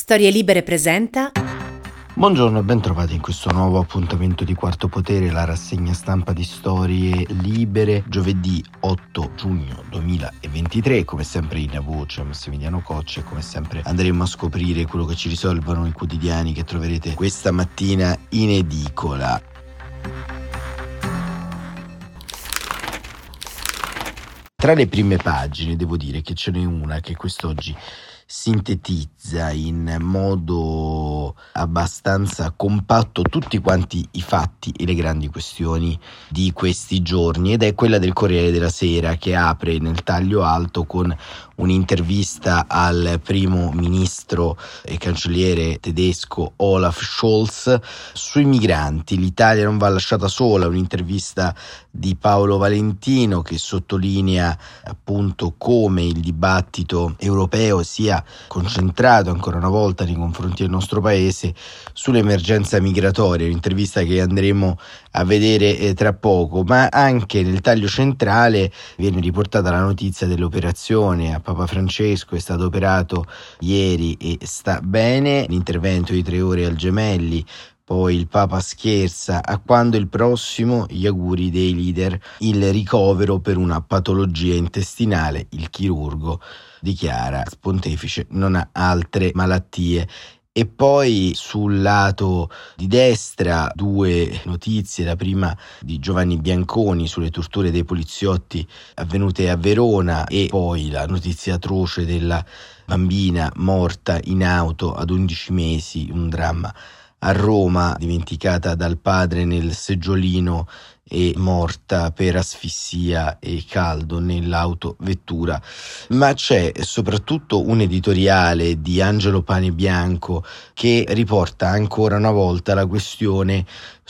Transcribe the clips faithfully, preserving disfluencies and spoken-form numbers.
Storie Libere presenta. Buongiorno e ben trovati in questo nuovo appuntamento di Quarto Potere, la rassegna stampa di Storie Libere, giovedì otto giugno duemilaventitré. Come sempre in voce Massimiliano Coccia e come sempre andremo a scoprire quello che ci risolvono i quotidiani che troverete questa mattina in edicola. Tra le prime pagine devo dire che ce n'è una che quest'oggi sintetizza in modo abbastanza compatto tutti quanti i fatti e le grandi questioni di questi giorni, ed è quella del Corriere della Sera, che apre nel taglio alto con un'intervista al primo ministro e cancelliere tedesco Olaf Scholz sui migranti. L'Italia non va lasciata sola, un'intervista di Paolo Valentino che sottolinea appunto come il dibattito europeo sia concentrato ancora una volta nei confronti del nostro paese sull'emergenza migratoria, un'intervista che andremo a vedere eh, tra poco. Ma anche nel taglio centrale viene riportata la notizia dell'operazione a Papa Francesco. È stato operato ieri e sta bene, l'intervento di tre ore al Gemelli. Poi il Papa scherza: a quando il prossimo? Gli auguri dei leader. Il ricovero per una patologia intestinale, il chirurgo dichiara Pontefice non ha altre malattie. E poi sul lato di destra due notizie, la prima di Giovanni Bianconi sulle torture dei poliziotti avvenute a Verona, e poi la notizia atroce della bambina morta in auto ad undici mesi, un dramma a Roma, dimenticata dal padre nel seggiolino e morta per asfissia e caldo nell'autovettura. Ma c'è soprattutto un editoriale di Angelo Panebianco che riporta ancora una volta la questione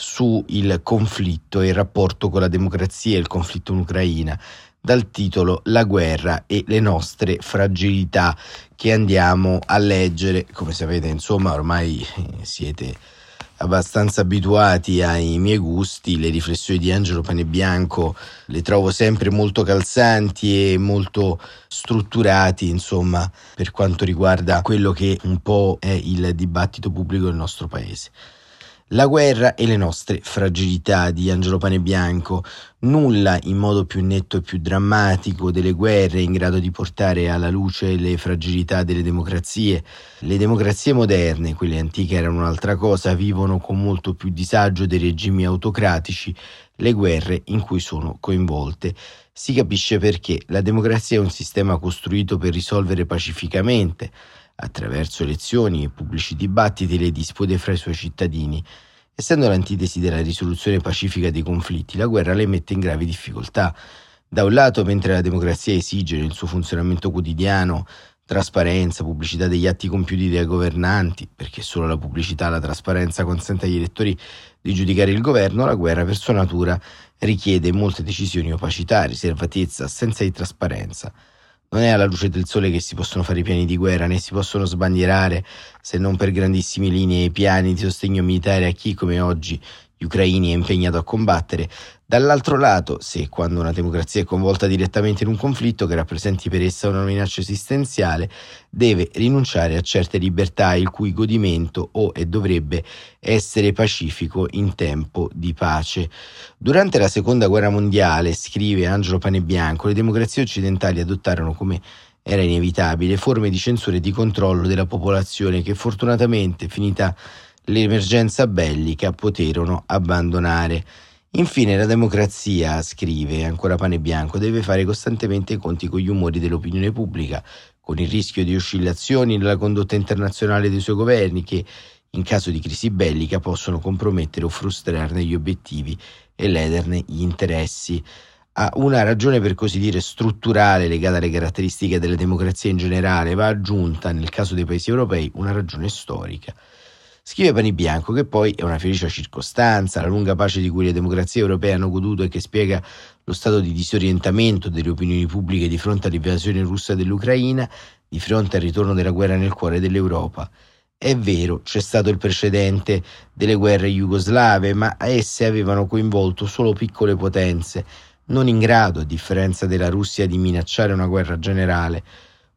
sul conflitto e il rapporto con la democrazia e il conflitto in Ucraina, dal titolo La guerra e le nostre fragilità, che andiamo a leggere. Come sapete, insomma, ormai siete abbastanza abituati ai miei gusti. Le riflessioni di Angelo Panebianco le trovo sempre molto calzanti e molto strutturati, insomma, per quanto riguarda quello che un po' è il dibattito pubblico del nostro paese. La guerra e le nostre fragilità di Angelo Panebianco. Nulla in modo più netto e più drammatico delle guerre in grado di portare alla luce le fragilità delle democrazie. Le democrazie moderne, quelle antiche erano un'altra cosa, vivono con molto più disagio dei regimi autocratici le guerre in cui sono coinvolte. Si capisce perché. La democrazia è un sistema costruito per risolvere pacificamente, attraverso elezioni e pubblici dibattiti, le dispute fra i suoi cittadini. Essendo l'antitesi della risoluzione pacifica dei conflitti, la guerra le mette in gravi difficoltà. Da un lato, mentre la democrazia esige nel suo funzionamento quotidiano trasparenza, pubblicità degli atti compiuti dai governanti, perché solo la pubblicità e la trasparenza consente agli elettori di giudicare il governo, la guerra per sua natura richiede molte decisioni opacità, riservatezza, assenza di trasparenza. Non è alla luce del sole che si possono fare i piani di guerra, né si possono sbandierare, se non per grandissime linee, piani di sostegno militare a chi, come oggi, gli ucraini, è impegnato a combattere. Dall'altro lato, se quando una democrazia è coinvolta direttamente in un conflitto che rappresenti per essa una minaccia esistenziale, deve rinunciare a certe libertà il cui godimento o e dovrebbe essere pacifico in tempo di pace. Durante la seconda guerra mondiale, scrive Angelo Panebianco, le democrazie occidentali adottarono, come era inevitabile, forme di censura e di controllo della popolazione che fortunatamente, finita l'emergenza bellica, poterono abbandonare. Infine, la democrazia, scrive ancora Panebianco, deve fare costantemente i conti con gli umori dell'opinione pubblica, con il rischio di oscillazioni nella condotta internazionale dei suoi governi che, in caso di crisi bellica, possono compromettere o frustrarne gli obiettivi e lederne gli interessi. A una ragione per così dire strutturale legata alle caratteristiche delle democrazie in generale va aggiunta, nel caso dei paesi europei, una ragione storica. Scrive Panebianco che poi è una felice circostanza la lunga pace di cui le democrazie europee hanno goduto e che spiega lo stato di disorientamento delle opinioni pubbliche di fronte all'invasione russa dell'Ucraina, di fronte al ritorno della guerra nel cuore dell'Europa. È vero, c'è stato il precedente delle guerre jugoslave, ma esse avevano coinvolto solo piccole potenze, non in grado, a differenza della Russia, di minacciare una guerra generale.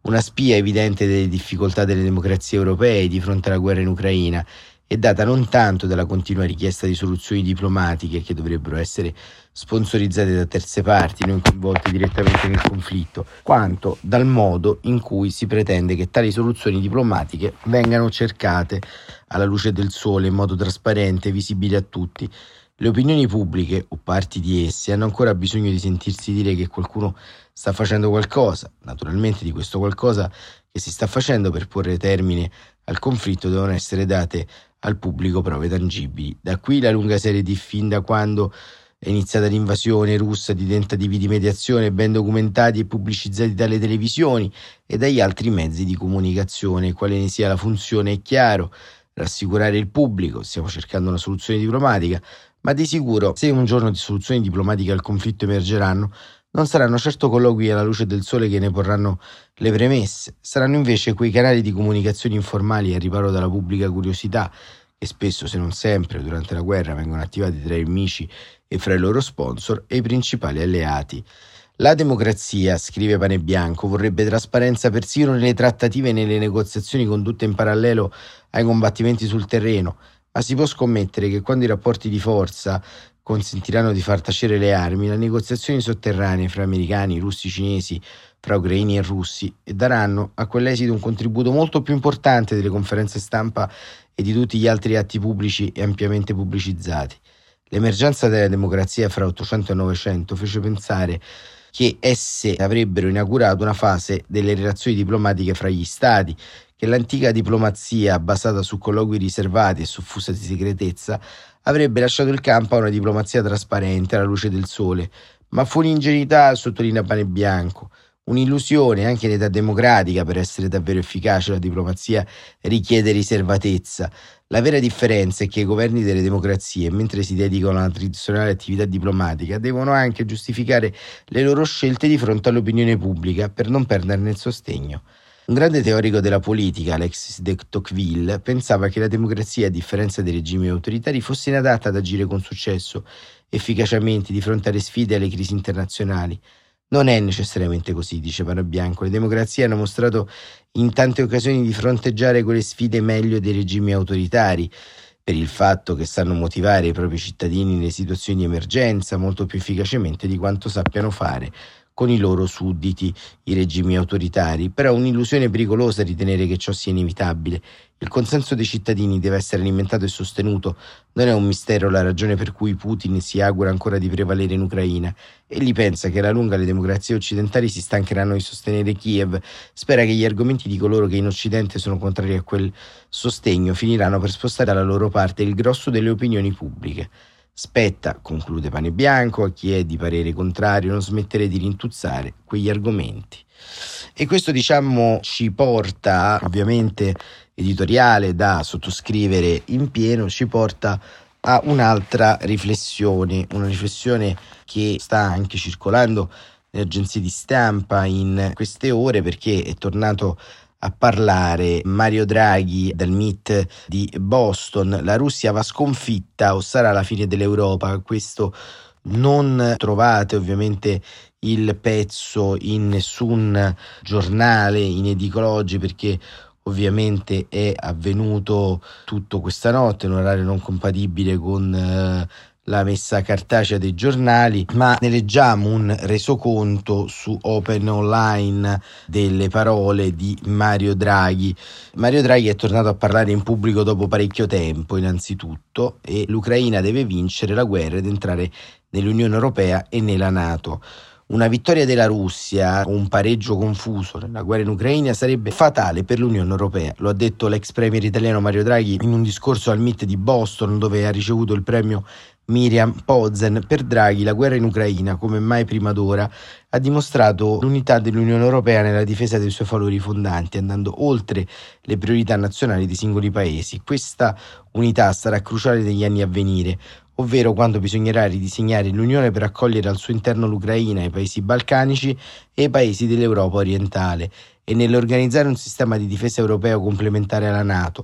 Una spia evidente delle difficoltà delle democrazie europee di fronte alla guerra in Ucraina è data non tanto dalla continua richiesta di soluzioni diplomatiche che dovrebbero essere sponsorizzate da terze parti, non coinvolte direttamente nel conflitto, quanto dal modo in cui si pretende che tali soluzioni diplomatiche vengano cercate alla luce del sole in modo trasparente e visibile a tutti. Le opinioni pubbliche, o parti di esse, hanno ancora bisogno di sentirsi dire che qualcuno sta facendo qualcosa. Naturalmente di questo qualcosa che si sta facendo per porre termine al conflitto devono essere date al pubblico prove tangibili. Da qui la lunga serie di fin da quando è iniziata l'invasione russa di tentativi di mediazione ben documentati e pubblicizzati dalle televisioni e dagli altri mezzi di comunicazione. Quale ne sia la funzione è chiaro: rassicurare il pubblico. Stiamo cercando una soluzione diplomatica, ma di sicuro, se un giorno di soluzioni diplomatiche al conflitto emergeranno, non saranno certo colloqui alla luce del sole che ne porranno le premesse, saranno invece quei canali di comunicazione informali al riparo dalla pubblica curiosità, che spesso, se non sempre, durante la guerra vengono attivati tra i nemici e fra i loro sponsor e i principali alleati. La democrazia, scrive Panebianco, vorrebbe trasparenza persino nelle trattative e nelle negoziazioni condotte in parallelo ai combattimenti sul terreno, ma si può scommettere che quando i rapporti di forza consentiranno di far tacere le armi, le negoziazioni sotterranee fra americani, russi, cinesi, fra ucraini e russi daranno a quell'esito un contributo molto più importante delle conferenze stampa e di tutti gli altri atti pubblici e ampiamente pubblicizzati. L'emergenza della democrazia fra Ottocento e Novecento fece pensare che esse avrebbero inaugurato una fase delle relazioni diplomatiche fra gli stati, che l'antica diplomazia basata su colloqui riservati e soffusa di segretezza avrebbe lasciato il campo a una diplomazia trasparente alla luce del sole. Ma fu un'ingenuità, sottolinea Panebianco, un'illusione. Anche in età democratica, per essere davvero efficace, la diplomazia richiede riservatezza. La vera differenza è che i governi delle democrazie, mentre si dedicano alla tradizionale attività diplomatica, devono anche giustificare le loro scelte di fronte all'opinione pubblica per non perderne il sostegno. Un grande teorico della politica, Alexis de Tocqueville, pensava che la democrazia, a differenza dei regimi autoritari, fosse inadatta ad agire con successo, efficacemente, di fronte alle sfide e alle crisi internazionali. Non è necessariamente così, dice Panebianco. Le democrazie hanno mostrato in tante occasioni di fronteggiare quelle sfide meglio dei regimi autoritari, per il fatto che sanno motivare i propri cittadini nelle situazioni di emergenza molto più efficacemente di quanto sappiano fare con i loro sudditi, i regimi autoritari. Però è un'illusione pericolosa ritenere che ciò sia inevitabile. Il consenso dei cittadini deve essere alimentato e sostenuto. Non è un mistero la ragione per cui Putin si augura ancora di prevalere in Ucraina. Egli pensa che alla lunga le democrazie occidentali si stancheranno di sostenere Kiev. Spera che gli argomenti di coloro che in Occidente sono contrari a quel sostegno finiranno per spostare dalla loro parte il grosso delle opinioni pubbliche. Spetta, conclude Panebianco, a chi è di parere contrario non smettere di rintuzzare quegli argomenti. E questo, diciamo, ci porta, ovviamente editoriale da sottoscrivere in pieno, ci porta a un'altra riflessione, una riflessione che sta anche circolando nelle agenzie di stampa in queste ore, perché è tornato a parlare Mario Draghi dal meet di Boston. La Russia va sconfitta o sarà la fine dell'Europa? Questo non trovate ovviamente il pezzo in nessun giornale, in edicola oggi, perché ovviamente è avvenuto tutto questa notte, in un orario non compatibile con eh, la messa cartacea dei giornali, ma ne leggiamo un resoconto su Open Online delle parole di Mario Draghi. Mario Draghi è tornato a parlare in pubblico dopo parecchio tempo, innanzitutto, e l'Ucraina deve vincere la guerra ed entrare nell'Unione Europea e nella NATO. Una vittoria della Russia o un pareggio confuso nella guerra in Ucraina sarebbe fatale per l'Unione Europea. Lo ha detto l'ex premier italiano Mario Draghi in un discorso al meet di Boston, dove ha ricevuto il premio Miriam Pozen. Per Draghi la guerra in Ucraina, come mai prima d'ora, ha dimostrato l'unità dell'Unione Europea nella difesa dei suoi valori fondanti, andando oltre le priorità nazionali dei singoli paesi. Questa unità sarà cruciale negli anni a venire, ovvero quando bisognerà ridisegnare l'Unione per accogliere al suo interno l'Ucraina, i paesi balcanici e i paesi dell'Europa orientale, e nell'organizzare un sistema di difesa europeo complementare alla NATO.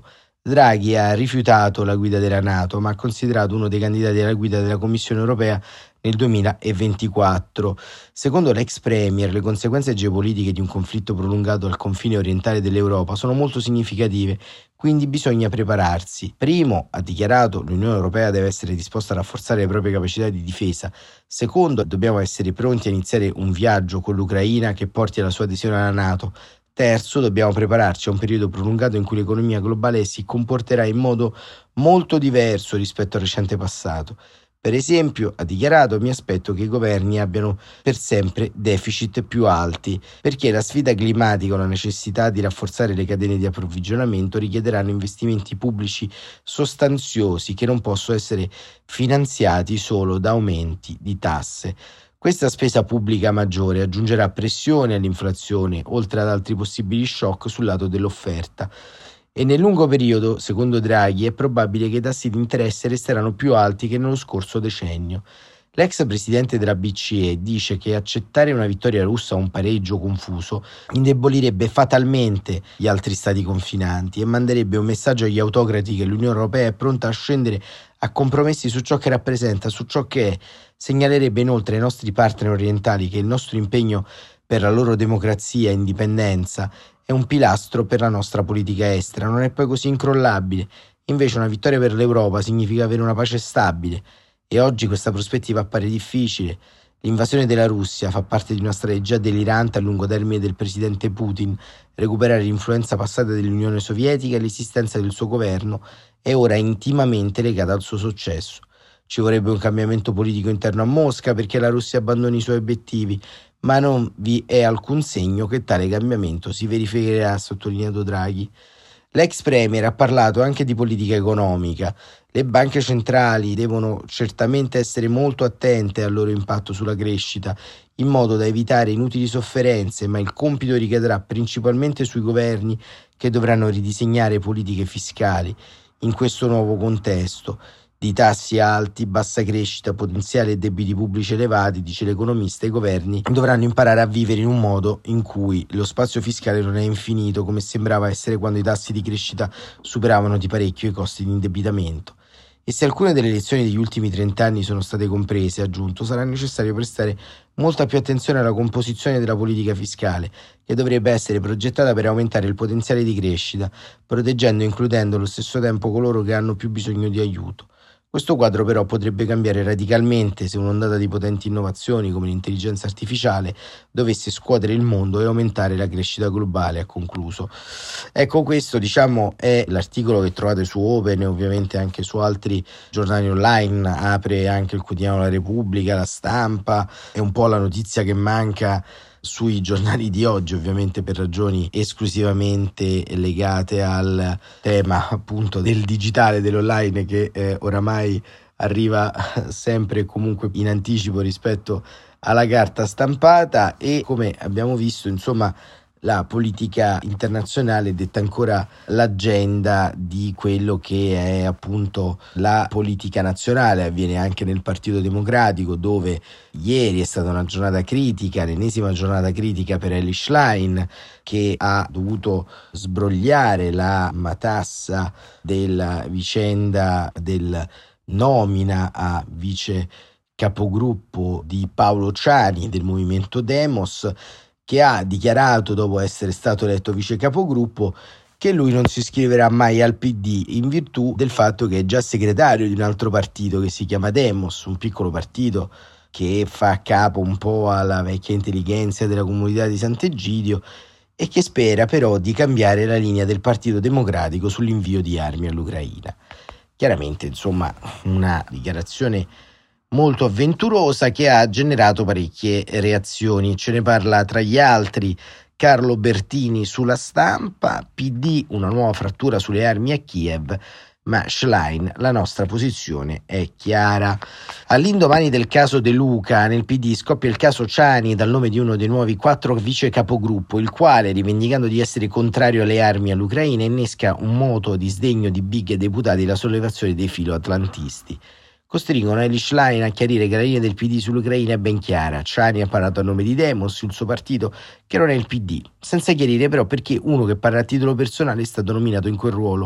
Draghi ha rifiutato la guida della NATO, ma ha considerato uno dei candidati alla guida della Commissione europea nel duemilaventiquattro. Secondo l'ex premier, le conseguenze geopolitiche di un conflitto prolungato al confine orientale dell'Europa sono molto significative, quindi bisogna prepararsi. Primo, ha dichiarato, l'Unione Europea deve essere disposta a rafforzare le proprie capacità di difesa. Secondo, dobbiamo essere pronti a iniziare un viaggio con l'Ucraina che porti alla sua adesione alla NATO. Terzo, dobbiamo prepararci a un periodo prolungato in cui l'economia globale si comporterà in modo molto diverso rispetto al recente passato. Per esempio, ha dichiarato, mi aspetto che i governi abbiano per sempre deficit più alti, perché la sfida climatica o la necessità di rafforzare le catene di approvvigionamento richiederanno investimenti pubblici sostanziosi che non possono essere finanziati solo da aumenti di tasse. Questa spesa pubblica maggiore aggiungerà pressione all'inflazione, oltre ad altri possibili shock sul lato dell'offerta. E nel lungo periodo, secondo Draghi, è probabile che i tassi di interesse resteranno più alti che nello scorso decennio. L'ex presidente della B C E dice che accettare una vittoria russa o un pareggio confuso indebolirebbe fatalmente gli altri stati confinanti e manderebbe un messaggio agli autocrati che l'Unione Europea è pronta a scendere a compromessi su ciò che rappresenta, su ciò che è. Segnalerebbe inoltre ai nostri partner orientali che il nostro impegno per la loro democrazia e indipendenza è un pilastro per la nostra politica estera, non è poi così incrollabile. Invece una vittoria per l'Europa significa avere una pace stabile e oggi questa prospettiva appare difficile. L'invasione della Russia fa parte di una strategia delirante a lungo termine del presidente Putin. Recuperare l'influenza passata dell'Unione Sovietica e l'esistenza del suo governo è ora intimamente legata al suo successo. Ci vorrebbe un cambiamento politico interno a Mosca perché la Russia abbandoni i suoi obiettivi, ma non vi è alcun segno che tale cambiamento si verificherà, ha sottolineato Draghi. L'ex premier ha parlato anche di politica economica. Le banche centrali devono certamente essere molto attente al loro impatto sulla crescita, in modo da evitare inutili sofferenze, ma il compito ricadrà principalmente sui governi che dovranno ridisegnare politiche fiscali in questo nuovo contesto di tassi alti, bassa crescita, potenziale e debiti pubblici elevati, dice l'economista. I governi dovranno imparare a vivere in un modo in cui lo spazio fiscale non è infinito, come sembrava essere quando i tassi di crescita superavano di parecchio i costi di indebitamento. E se alcune delle lezioni degli ultimi trent'anni sono state comprese, ha aggiunto, sarà necessario prestare molta più attenzione alla composizione della politica fiscale, che dovrebbe essere progettata per aumentare il potenziale di crescita, proteggendo e includendo allo stesso tempo coloro che hanno più bisogno di aiuto. Questo quadro però potrebbe cambiare radicalmente se un'ondata di potenti innovazioni come l'intelligenza artificiale dovesse scuotere il mondo e aumentare la crescita globale, ha concluso. Ecco, questo diciamo è l'articolo che trovate su Open e ovviamente anche su altri giornali online, apre anche il quotidiano La Repubblica, La Stampa, è un po' la notizia che manca sui giornali di oggi, ovviamente per ragioni esclusivamente legate al tema appunto del digitale, dell'online, che eh, oramai arriva sempre e comunque in anticipo rispetto alla carta stampata. E come abbiamo visto, insomma, la politica internazionale detta ancora l'agenda di quello che è appunto la politica nazionale. Avviene anche nel Partito Democratico, dove ieri è stata una giornata critica, l'ennesima giornata critica per Elly Schlein, che ha dovuto sbrogliare la matassa della vicenda del nomina a vice capogruppo di Paolo Ciani del movimento Demos, che ha dichiarato, dopo essere stato eletto vice capogruppo, che lui non si iscriverà mai al P D in virtù del fatto che è già segretario di un altro partito che si chiama Demos, un piccolo partito che fa capo un po' alla vecchia intelligenza della comunità di Sant'Egidio e che spera però di cambiare la linea del Partito Democratico sull'invio di armi all'Ucraina. Chiaramente, insomma, una dichiarazione molto avventurosa che ha generato parecchie reazioni. Ce ne parla tra gli altri Carlo Bertini sulla Stampa, P D una nuova frattura sulle armi a Kiev, ma Schlein, la nostra posizione è chiara. All'indomani del caso De Luca, nel P D scoppia il caso Ciani dal nome di uno dei nuovi quattro vice capogruppo, il quale, rivendicando di essere contrario alle armi all'Ucraina, innesca un moto di sdegno di big e deputati la sollevazione dei filo-atlantisti. Costringono Elly Schlein a chiarire che la linea del P D sull'Ucraina è ben chiara. Ciani ha parlato a nome di Demos, il suo partito, che non è il P D, senza chiarire però perché uno che parla a titolo personale è stato nominato in quel ruolo,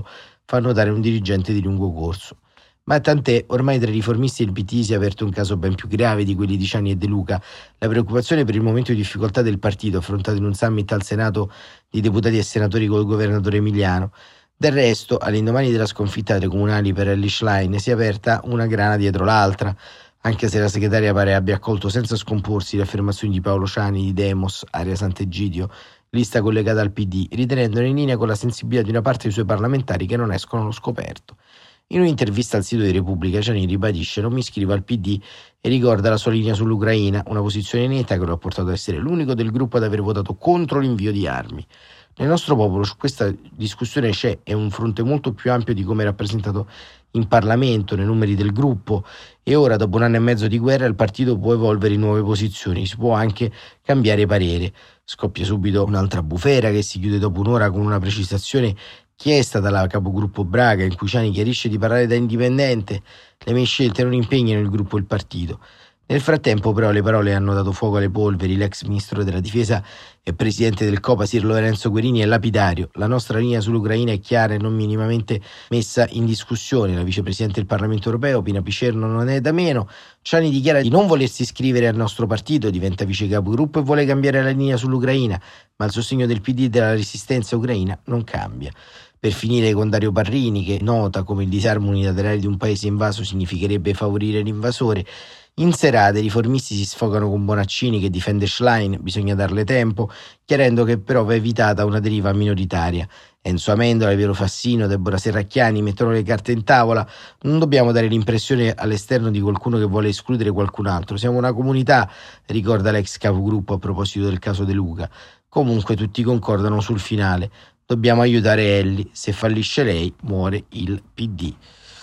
fa notare un dirigente di lungo corso. Ma tant'è, ormai tra i riformisti del P D si è aperto un caso ben più grave di quelli di Ciani e De Luca. La preoccupazione per il momento di difficoltà del partito, affrontato in un summit al Senato di deputati e senatori col governatore Emiliano. Del resto, all'indomani della sconfitta delle comunali per Elly Schlein, si è aperta una grana dietro l'altra, anche se la segretaria pare abbia accolto senza scomporsi le affermazioni di Paolo Ciani, di Demos, Aria Sant'Egidio, lista collegata al P D, ritenendone in linea con la sensibilità di una parte dei suoi parlamentari che non escono allo scoperto. In un'intervista al sito di Repubblica, Ciani ribadisce: non mi iscrivo al P D e ricorda la sua linea sull'Ucraina, una posizione netta che lo ha portato ad essere l'unico del gruppo ad aver votato contro l'invio di armi. Nel nostro popolo su questa discussione c'è è un fronte molto più ampio di come è rappresentato in Parlamento, nei numeri del gruppo, e ora, dopo un anno e mezzo di guerra, il partito può evolvere in nuove posizioni, si può anche cambiare parere. Scoppia subito un'altra bufera che si chiude dopo un'ora con una precisazione chiesta dalla capogruppo Braga, in cui Ciani chiarisce di parlare da indipendente. Le mie scelte non impegnano il gruppo e il partito. Nel frattempo però le parole hanno dato fuoco alle polveri. L'ex ministro della difesa e presidente del Copasir Lorenzo Guerini è lapidario: la nostra linea sull'Ucraina è chiara e non minimamente messa in discussione. La vicepresidente del Parlamento europeo Pina Picerno non è da meno. Ciani dichiara di non volersi iscrivere al nostro partito, diventa vice capogruppo e vuole cambiare la linea sull'Ucraina, ma il sostegno del P D della resistenza ucraina non cambia. Per finire con Dario Parrini, che nota come il disarmo unilaterale di un paese invaso significherebbe favorire l'invasore. In serata i riformisti si sfogano con Bonaccini che difende Schlein, bisogna darle tempo, chiarendo che però va evitata una deriva minoritaria. Enzo Amendola, Piero Fassino, Deborah Serracchiani mettono le carte in tavola: non dobbiamo dare l'impressione all'esterno di qualcuno che vuole escludere qualcun altro, siamo una comunità, ricorda l'ex capogruppo a proposito del caso De Luca. Comunque tutti concordano sul finale: dobbiamo aiutare Elly, se fallisce lei muore il P D.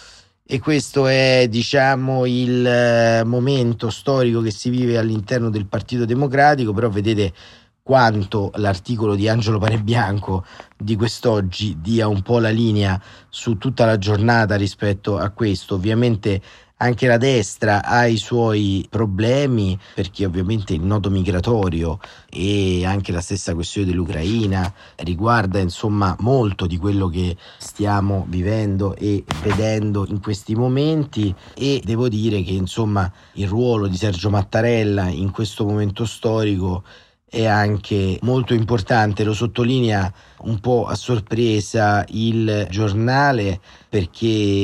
E questo è, diciamo, il eh, momento storico che si vive all'interno del Partito Democratico. Però vedete quanto l'articolo di Angelo Panebianco di quest'oggi dia un po' la linea su tutta la giornata rispetto a questo. Ovviamente anche la destra ha i suoi problemi, perché ovviamente il nodo migratorio e anche la stessa questione dell'Ucraina riguarda insomma molto di quello che stiamo vivendo e vedendo in questi momenti, e devo dire che insomma il ruolo di Sergio Mattarella in questo momento storico è anche molto importante. Lo sottolinea un po' a sorpresa il Giornale, perché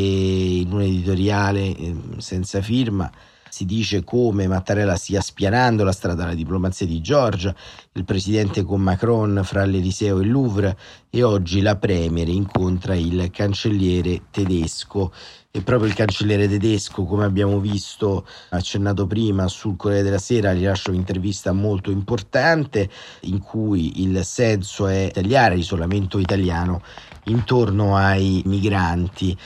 in un editoriale eh, senza firma si dice come Mattarella stia spianando la strada alla diplomazia di Giorgia, il presidente con Macron fra l'Eliseo e il Louvre, e oggi la premier incontra il cancelliere tedesco. E proprio il cancelliere tedesco, come abbiamo visto accennato prima sul Corriere della Sera, rilascia un'intervista molto importante in cui il senso è tagliare l'isolamento italiano intorno ai migranti.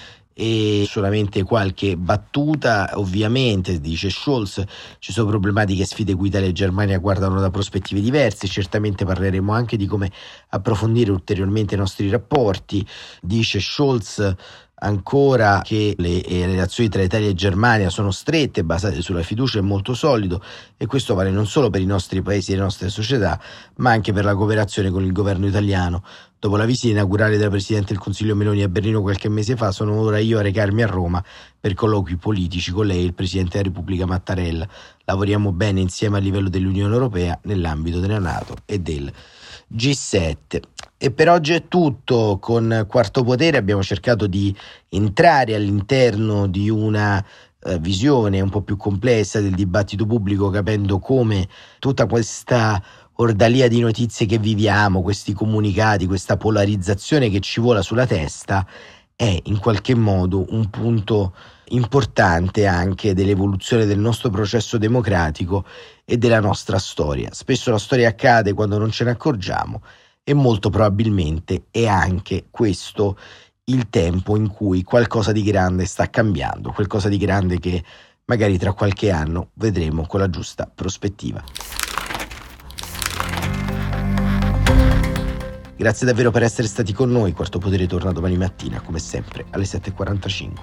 E solamente qualche battuta: ovviamente, dice Scholz, ci sono problematiche e sfide cui Italia e Germania guardano da prospettive diverse, certamente parleremo anche di come approfondire ulteriormente i nostri rapporti. Dice Scholz ancora che le relazioni tra Italia e Germania sono strette, basate sulla fiducia e molto solido, e questo vale non solo per i nostri paesi e le nostre società, ma anche per la cooperazione con il governo italiano. Dopo la visita inaugurale della Presidente del Consiglio Meloni a Berlino qualche mese fa, sono ora io a recarmi a Roma per colloqui politici con lei e il Presidente della Repubblica Mattarella. Lavoriamo bene insieme a livello dell'Unione Europea, nell'ambito della NATO e del G sette. E per oggi è tutto. Con Quarto Potere abbiamo cercato di entrare all'interno di una eh, visione un po' più complessa del dibattito pubblico, capendo come tutta questa ordalia di notizie che viviamo, questi comunicati, questa polarizzazione che ci vola sulla testa, è in qualche modo un punto importante anche dell'evoluzione del nostro processo democratico e della nostra storia. Spesso la storia accade quando non ce ne accorgiamo, e molto probabilmente è anche questo il tempo in cui qualcosa di grande sta cambiando, qualcosa di grande che magari tra qualche anno vedremo con la giusta prospettiva. Grazie davvero per essere stati con noi. Quarto Potere torna domani mattina, come sempre, alle sette e quarantacinque.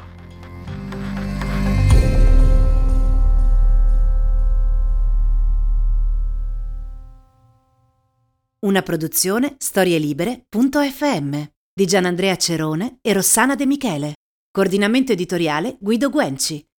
Una produzione storielibere punto effe emme di Gianandrea Cerone e Rossana De Michele. Coordinamento editoriale Guido Guenci.